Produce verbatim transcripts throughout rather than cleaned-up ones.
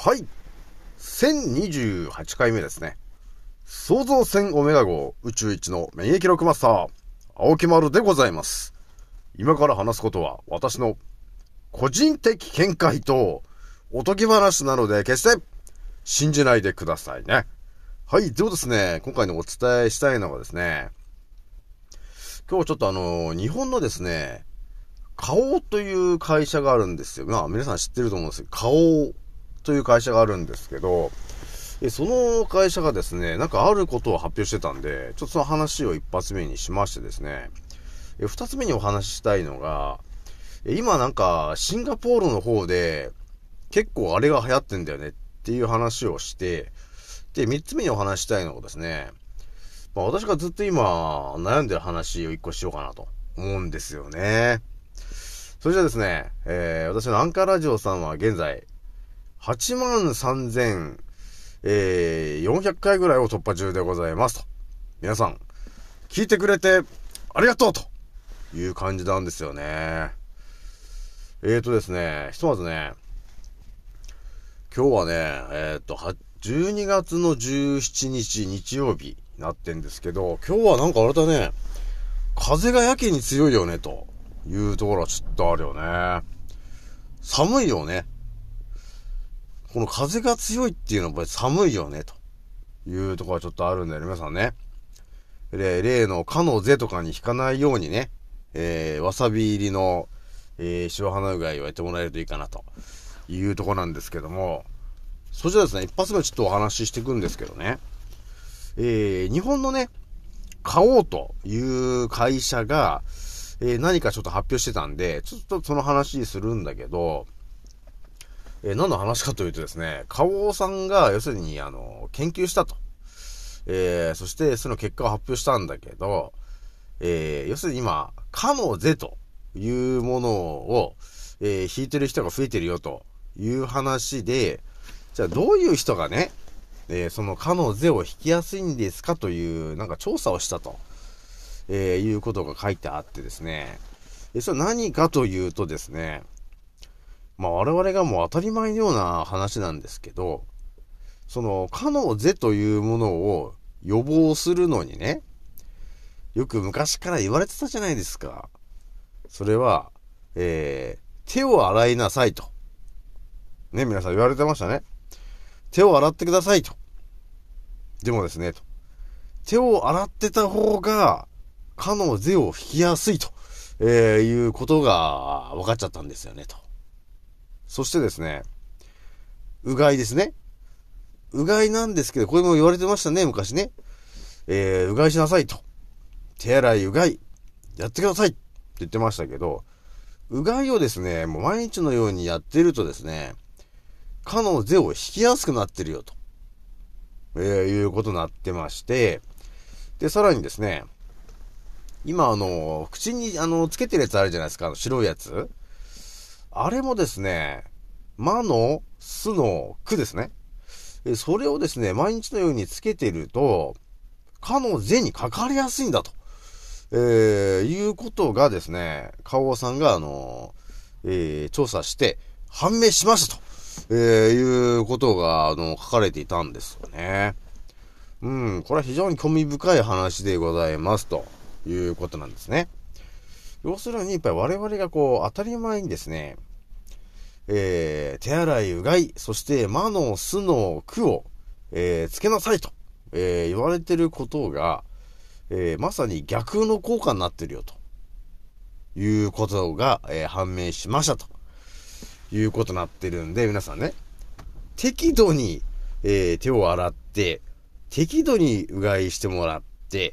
はい。せんにじゅうはちかいめですね。創造船オメガ号宇宙一の免疫力マスター、青木丸でございます。今から話すことは私の個人的見解とおとぎ話なので決して信じないでくださいね。はい。ではですね、今回のお伝えしたいのがですね、今日ちょっとあの、日本のですね、花王という会社があるんですよ。まあ皆さん知ってると思うんですけど、花王という会社があるんですけど、その会社がですね、なんかあることを発表してたんで、ちょっとその話を一発目にしましてですね、二つ目にお話ししたいのが、今なんかシンガポールの方で結構あれが流行ってんだよねっていう話をして、で、三つ目にお話したいのがですね、まあ私がずっと今悩んでる話を一個しようかなと思うんですよね。それじゃあですね、えー、私のアンカーラジオさんは現在、はちまんさんぜんよんひゃっかいぐらいを突破中でございますと。皆さん、聞いてくれてありがとうという感じなんですよね。えーとですね、ひとまずね、今日はね、えーと、じゅうにがつのじゅうしちにち日曜日になってんですけど、今日はなんかあれだね、風がやけに強いよねというところはちょっとあるよね。寒いよね。この風が強いっていうのはやっぱり寒いよねというところはちょっとあるんで、皆さんね。で、例のかのぜとかに引かないようにね、えー、わさび入りの、えー、白花うがいをやってもらえるといいかなというところなんですけども、それじゃですね、一発目ちょっとお話ししていくんですけどね、えー、日本のね、花王という会社が、えー、何かちょっと発表してたんで、ちょっとその話するんだけど、えー、何の話かというとですね、花王さんが要するにあの研究したと、えー、そしてその結果を発表したんだけど、えー、要するに今かのぜというものを、えー、引いてる人が増えてるよという話で、じゃあどういう人がね、えー、そのかのぜを引きやすいんですかというなんか調査をしたと、えー、いうことが書いてあってですね、えー、それは何かというとですね、まあ我々がもう当たり前のような話なんですけど、その、かのぜというものを予防するのにね、よく昔から言われてたじゃないですか。それは、えー、手を洗いなさいと。ね、皆さん言われてましたね。手を洗ってくださいと。でもですね、と。手を洗ってた方が、かのぜを引きやすいと、えー、いうことが分かっちゃったんですよね、と。そしてですね、うがいですね。うがいなんですけど、これも言われてましたね、昔ね。えー、うがいしなさいと。手洗い、うがい、やってくださいって言ってましたけど、うがいをですね、もう毎日のようにやってるとですね、かのぜを引きやすくなってるよと、えー、いうことになってまして、で、さらにですね、今あの、口にあの、つけてるやつあるじゃないですか、あの白いやつ。あれもですね、まの、すの、くですね。それをですね、毎日のようにつけてると、かのぜにかかりやすいんだと、えー、いうことがですね、花王さんがあの、えー、調査して判明しましたと、えー、いうことがあの書かれていたんですよね。うん、これは非常に興味深い話でございますということなんですね。要するにやっぱり我々がこう当たり前にですね、えー、手洗い、うがい、そしてまのすのくを、えー、つけなさいと、えー、言われてることが、えー、まさに逆の効果になってるよということが、えー、判明しましたということになってるんで、皆さんね、適度に、えー、手を洗って、適度にうがいしてもらって、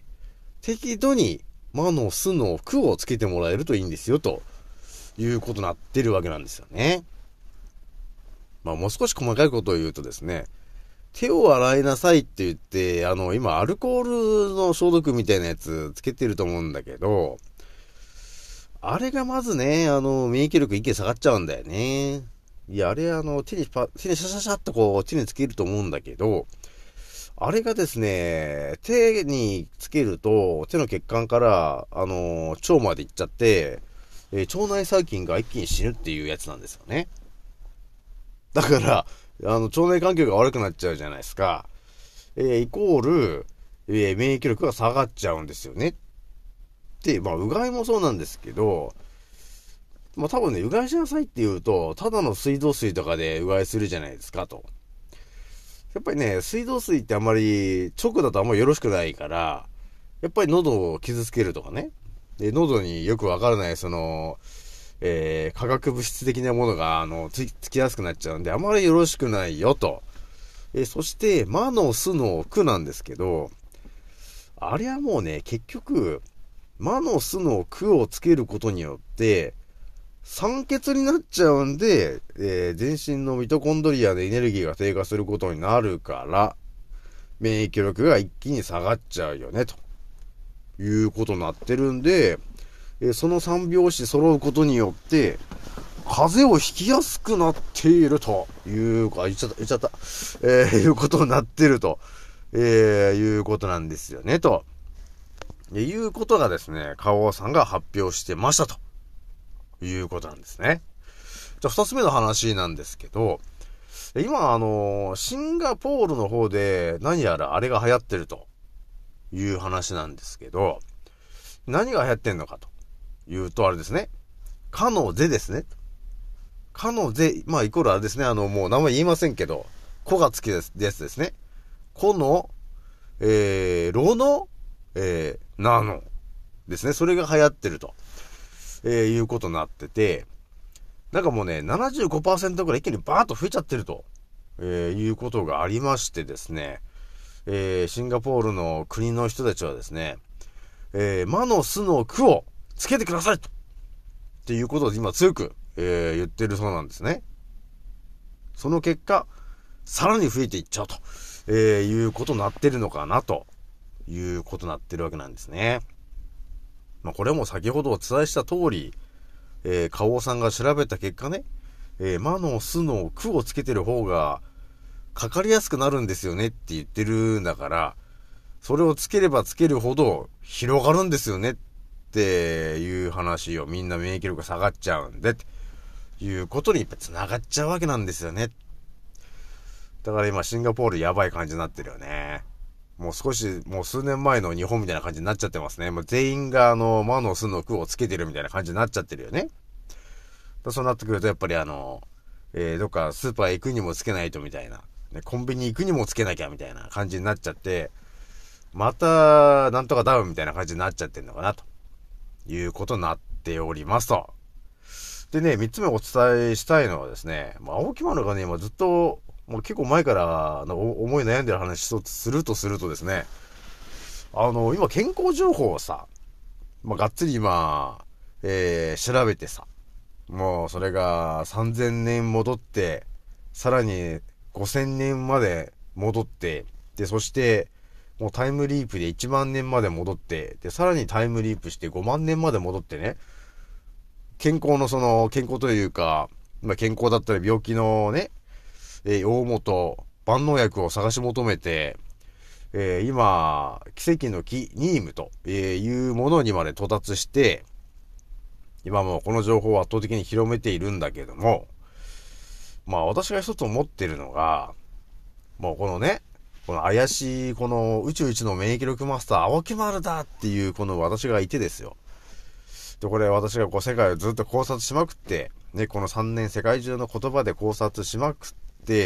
適度にまのすのくをつけてもらえるといいんですよということになってるわけなんですよね。まあもう少し細かいことを言うとですね、手を洗いなさいって言って、あの、今アルコールの消毒みたいなやつつけてると思うんだけど、あれがまずね、あの、免疫力一気に下がっちゃうんだよね。いや、あれあの、手にパ、手にシャシャシャっとこう、手につけると思うんだけど、あれがですね、手につけると、手の血管から、あの、腸まで行っちゃって、えー、腸内細菌が一気に死ぬっていうやつなんですよね。だから、 あの、腸内環境が悪くなっちゃうじゃないですか。えー、イコール、えー、免疫力が下がっちゃうんですよね。で、まあ、うがいもそうなんですけど、まあ多分ね、うがいしなさいって言うと、ただの水道水とかでうがいするじゃないですかと。やっぱりね、水道水ってあんまり、直だとあんまりよろしくないから、やっぱり喉を傷つけるとかね。で、喉によくわからない、その、えー、化学物質的なものが、あの、つ、つきやすくなっちゃうんで、あまりよろしくないよと。えー、そして、魔の巣の句なんですけど、あれはもうね、結局、魔の巣の句をつけることによって、酸欠になっちゃうんで、えー、全身のミトコンドリアでエネルギーが低下することになるから、免疫力が一気に下がっちゃうよね、ということになってるんで、えー、その三拍子揃うことによって、風邪をひきやすくなっているというか、言っちゃった、言っちゃった、えー、いうことになってると、えー、いうことなんですよね、と。いうことがですね、花王さんが発表してましたと。いうことなんですね。じゃあ二つ目の話なんですけど、今あの、シンガポールの方で何やらあれが流行ってるという話なんですけど、何が流行ってんのかというとあれですね、かのぜですね。かのぜ、まあイコールあれですね、あのもう名前言いませんけど、こがつきですやつですね。この、えー、ろの、えー、なのですね。それが流行ってると。えー、いうことになってて、なんかもうね、ななじゅうごパーセント くらい一気にバーッと増えちゃってると、えー、いうことがありましてですね、えー、シンガポールの国の人たちはですね、えー、魔の巣の句をつけてくださいと、っていうことを今強く、えー、言ってるそうなんですね。その結果、さらに増えていっちゃうと、えー、いうことになってるのかなということになってるわけなんですね。まあ、これも先ほどお伝えした通り、えー、花王さんが調べた結果ね、えー、魔の巣の句をつけてる方が、かかりやすくなるんですよねって言ってるんだから、それをつければつけるほど広がるんですよねっていう話をみんな免疫力が下がっちゃうんで、っていうことにやっぱ繋がっちゃうわけなんですよね。だから今シンガポールやばい感じになってるよね。もう少し、もう数年前の日本みたいな感じになっちゃってますね。もう全員があの、魔の巣の句をつけてるみたいな感じになっちゃってるよね。だそうなってくるとやっぱりあの、えー、どっかスーパー行くにもつけないとみたいな、ね、コンビニ行くにもつけなきゃみたいな感じになっちゃって、また、なんとかダウンみたいな感じになっちゃってんのかな、ということになっておりますと。でね、三つ目お伝えしたいのはですね、まあ、青木丸がね、今ずっと、もう結構前からの思い悩んでる話一つするとするとですね、あの、今健康情報をさ、まあ、がっつり今、えー、調べてさ、もうそれがさんぜんねん戻って、さらにごせんねんまで戻って、で、そして、もうタイムリープでいちまんねんまで戻って、で、さらにタイムリープしてごまんねんまで戻ってね、健康のその、健康というか、まあ、健康だったり病気のね、えー、大元、万能薬を探し求めて、えー、今、奇跡の木、ニームというものにまで到達して、今もこの情報を圧倒的に広めているんだけども、まあ私が一つ思ってるのが、もうこのね、この怪しいこの宇宙一の免疫力マスター、青木丸だっていうこの私がいてですよ。で、これ私がこう世界をずっと考察しまくって、ね、このさんねん世界中の言葉で考察しまくって、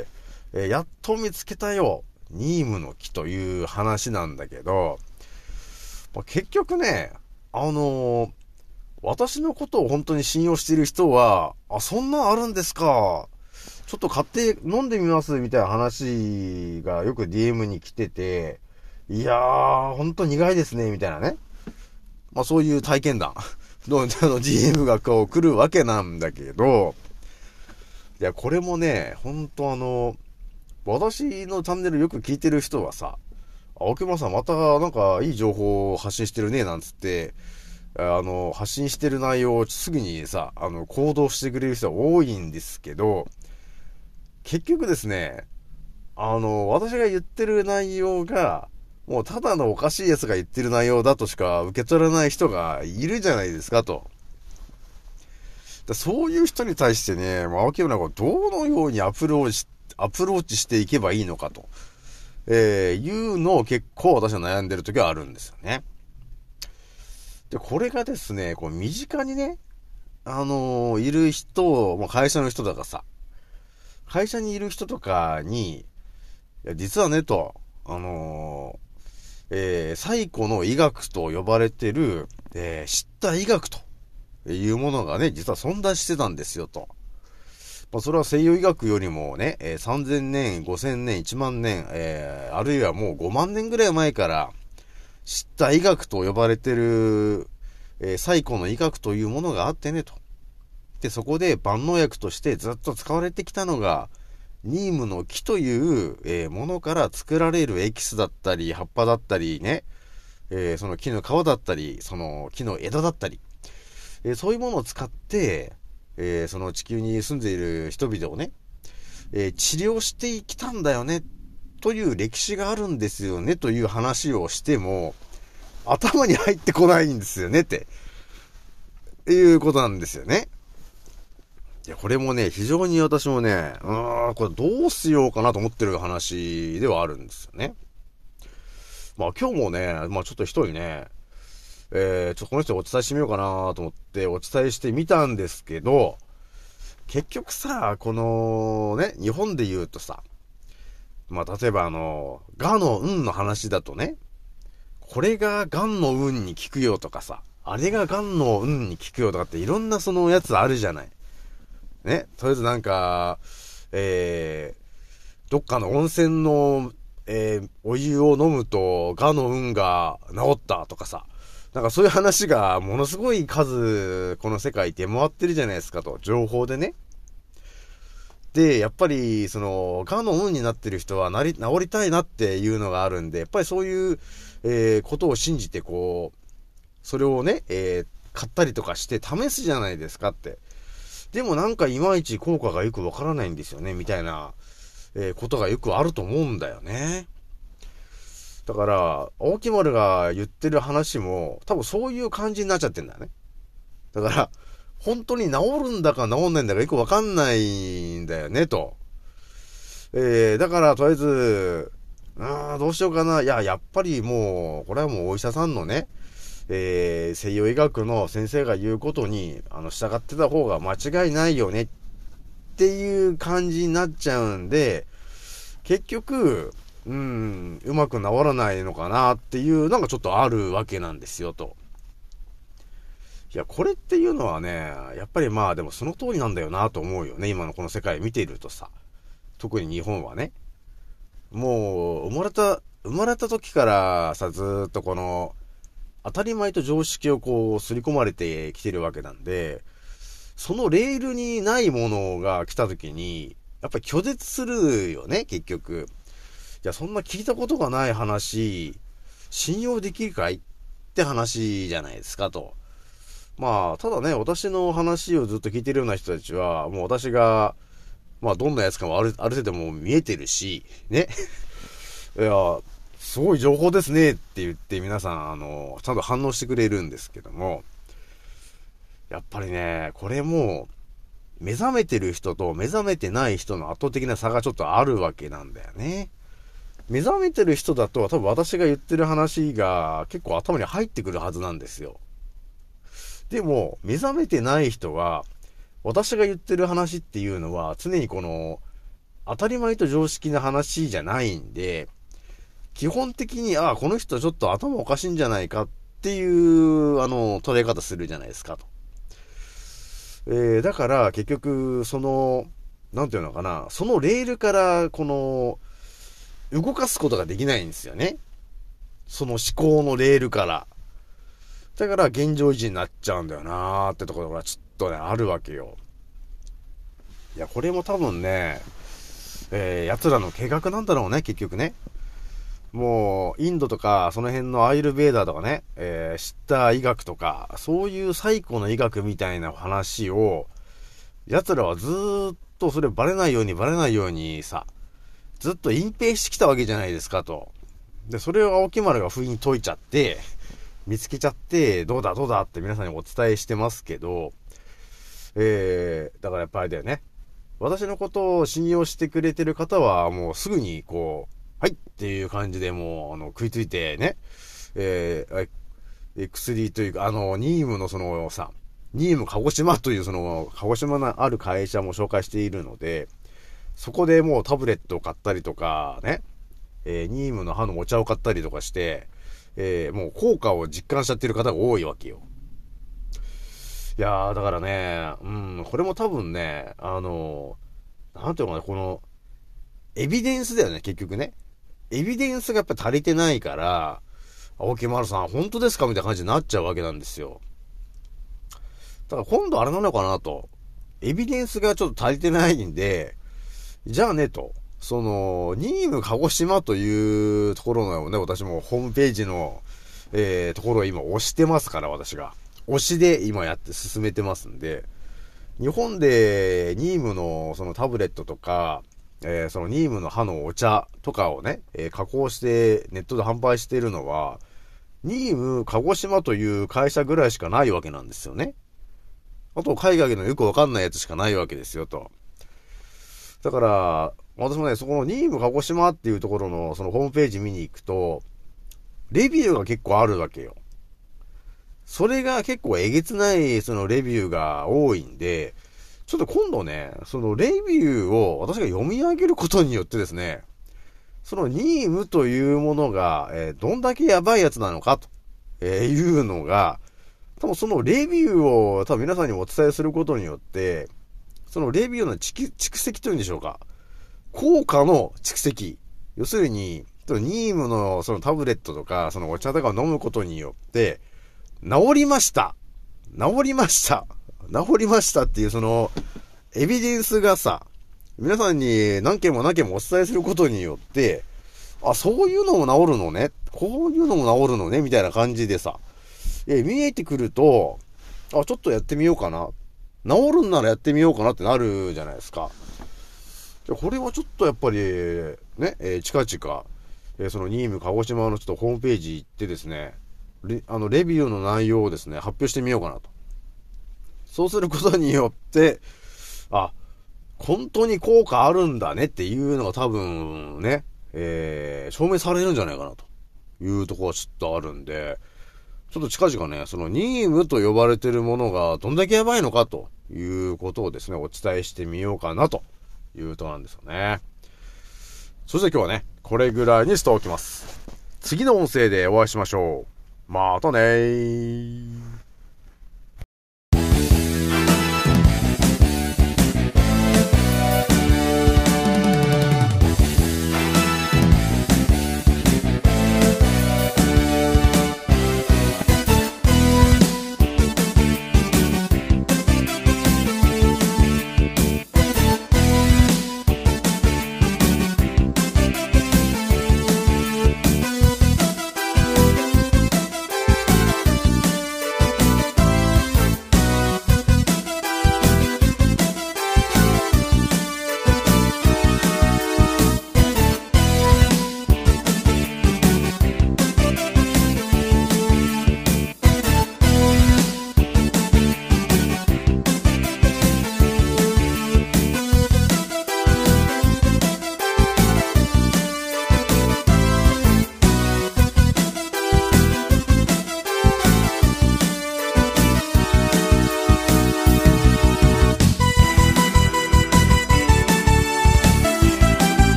えー、やっと見つけたよ。ニームの木という話なんだけど、まあ、結局ね、あのー、私のことを本当に信用している人は、あ、そんなんあるんですか。ちょっと買って飲んでみますみたいな話がよく ディーエム に来てて、いやー、ほんと苦いですね、みたいなね。まあそういう体験談の ディーエム がこう来るわけなんだけど、いや、これもね、ほんとあの、私のチャンネルよく聞いてる人はさ、青木村さんまたなんかいい情報を発信してるね、なんつって、あの、発信してる内容をすぐにさ、あの、行動してくれる人は多いんですけど、結局ですね、あの、私が言ってる内容が、もうただのおかしいやつが言ってる内容だとしか受け取らない人がいるじゃないですかと。だそういう人に対してね、青木村がどのようにアプローチ、 アプローチしていけばいいのかと、えー、いうのを結構私は悩んでる時はあるんですよね。で、これがですね、こう身近にね、あのー、いる人、まあ、会社の人とかさ、会社にいる人とかに、いや実はねと、あのー、えー、最古の医学と呼ばれてる、えー、知った医学というものがね、実は存在してたんですよと。まあ、それは西洋医学よりもね、えー、さんぜんねん、ごせんねん、いちまんねん、えー、あるいはもうごまんねんぐらい前から知った医学と呼ばれてる、えー、最古の医学というものがあってねと。で、そこで万能薬としてずっと使われてきたのが、ニームの木という、えー、ものから作られるエキスだったり、葉っぱだったりね、えー、その木の皮だったり、その木の枝だったり、えー、そういうものを使って、えー、その地球に住んでいる人々をね、えー、治療してきたんだよね、という歴史があるんですよね、という話をしても、頭に入ってこないんですよね、って、いうことなんですよね。いや、これもね、非常に私もね、うーん、これどうしようかなと思ってる話ではあるんですよね。まあ今日もね、まあちょっと一人ね、えー、ちょっとこの人お伝えしてみようかなと思ってお伝えしてみたんですけど、結局さ、このね、日本で言うとさ、まあ例えばあの、ガの運の話だとね、これがガンの運に効くよとかさ、あれがガンの運に効くよとかっていろんなそのやつあるじゃない。ね、とりあえずなんか、えー、どっかの温泉の、えー、お湯を飲むと、ガの運が治ったとかさ、なんかそういう話がものすごい数、この世界出回ってるじゃないですかと、情報でね。で、やっぱり、その、ガの運になってる人はなり、治りたいなっていうのがあるんで、やっぱりそういう、えー、ことを信じて、こう、それをね、えー、買ったりとかして試すじゃないですかって。でもなんかいまいち効果がよくわからないんですよね、みたいな、えー、ことがよくあると思うんだよね。だから、青木丸が言ってる話も、多分そういう感じになっちゃってんだよね。だから、本当に治るんだか治んないんだかよくわかんないんだよね、と。えー、だから、とりあえず、あーどうしようかな。いや、やっぱりもう、これはもうお医者さんのね、えー、西洋医学の先生が言うことに、あの、従ってた方が間違いないよねっていう感じになっちゃうんで、結局、うん、うまく治らないのかなっていうのがちょっとあるわけなんですよ、と。いや、これっていうのはね、やっぱりまあでもその通りなんだよなと思うよね、今のこの世界見ているとさ。特に日本はね。もう、生まれた、生まれた時からさ、ずーっとこの、当たり前と常識をこう、刷り込まれてきてるわけなんで、そのレールにないものが来た時に、やっぱり拒絶するよね、結局。いや、そんな聞いたことがない話、信用できるかいって話じゃないですか、と。まあ、ただね、私の話をずっと聞いてるような人たちは、もう私が、まあ、どんなやつかもある、ある程度もう見えてるし、ね。いや、すごい情報ですねって言って皆さん、あの、ちゃんと反応してくれるんですけども、やっぱりね、これも、目覚めてる人と目覚めてない人の圧倒的な差がちょっとあるわけなんだよね。目覚めてる人だと多分私が言ってる話が結構頭に入ってくるはずなんですよ。でも、目覚めてない人は、私が言ってる話っていうのは常にこの、当たり前と常識な話じゃないんで、基本的に、ああ、この人ちょっと頭おかしいんじゃないかっていう、あの、捉え方するじゃないですかと。えー、だから結局、その、なんていうのかな、そのレールから、この、動かすことができないんですよね。その思考のレールから。だから現状維持になっちゃうんだよなーってところがちょっとね、あるわけよ。いや、これも多分ね、えー、奴らの計画なんだろうね、結局ね。もう、インドとか、その辺のアイルベーダーとかね、えー、知った医学とか、そういう最古の医学みたいな話を、奴らはずーっとそれバレないようにバレないようにさ、ずっと隠蔽してきたわけじゃないですかと。で、それを青木丸が不意に解いちゃって、見つけちゃって、どうだどうだって皆さんにお伝えしてますけど、えー、だからやっぱりだよね。 私のことを信用してくれてる方は、もうすぐに、こう、はいっていう感じでもう、あの、食いついてね、えー、薬というか、あの、ニームのそのさ、ニーム鹿児島というその、鹿児島のある会社も紹介しているので、そこでもうタブレットを買ったりとか、ね、えー、ニームの歯のお茶を買ったりとかして、えー、もう効果を実感しちゃってる方が多いわけよ。いやー、だからね、うん、これも多分ね、あの、なんていうのかな、この、エビデンスだよね、結局ね。エビデンスがやっぱ足りてないから、青木丸さん、本当ですかみたいな感じになっちゃうわけなんですよ。だから今度あれなのかなと。エビデンスがちょっと足りてないんで、じゃあねと。その、ニーム鹿児島というところのね、私もホームページの、えー、ところを今押してますから、私が。押しで今やって進めてますんで、日本でニームのそのタブレットとか、えー、そのニームの歯のお茶とかをね、えー、加工してネットで販売しているのは、ニーム鹿児島という会社ぐらいしかないわけなんですよね。あと海外のよくわかんないやつしかないわけですよと。だから、私もね、そこのニーム鹿児島っていうところのそのホームページ見に行くと、レビューが結構あるわけよ。それが結構えげつないそのレビューが多いんで、ちょっと今度ね、そのレビューを私が読み上げることによってですね、そのニームというものが、えー、どんだけやばいやつなのかと、えー、いうのが、多分そのレビューを多分皆さんにお伝えすることによって、そのレビューの蓄積というんでしょうか。効果の蓄積。要するに、ニームのそのタブレットとか、そのお茶とかを飲むことによって、治りました。治りました。治りましたっていうその、エビデンスがさ、皆さんに何件も何件もお伝えすることによって、あ、そういうのも治るのね。こういうのも治るのね。みたいな感じでさ、え、見えてくると、あ、ちょっとやってみようかな。治るんならやってみようかなってなるじゃないですか。じゃこれはちょっとやっぱり、ね、えー、近々、えー、そのニーム鹿児島のちょっとホームページ行ってですね、レ、あの、レビューの内容をですね、発表してみようかなと。そうすることによって、あ、本当に効果あるんだねっていうのが多分ね、えー、証明されるんじゃないかなというところがちょっとあるんで、ちょっと近々ね、そのニームと呼ばれてるものがどんだけやばいのかということをですね、お伝えしてみようかなというところなんですよね。そして今日はね、これぐらいにしておきます。次の音声でお会いしましょう。またねー。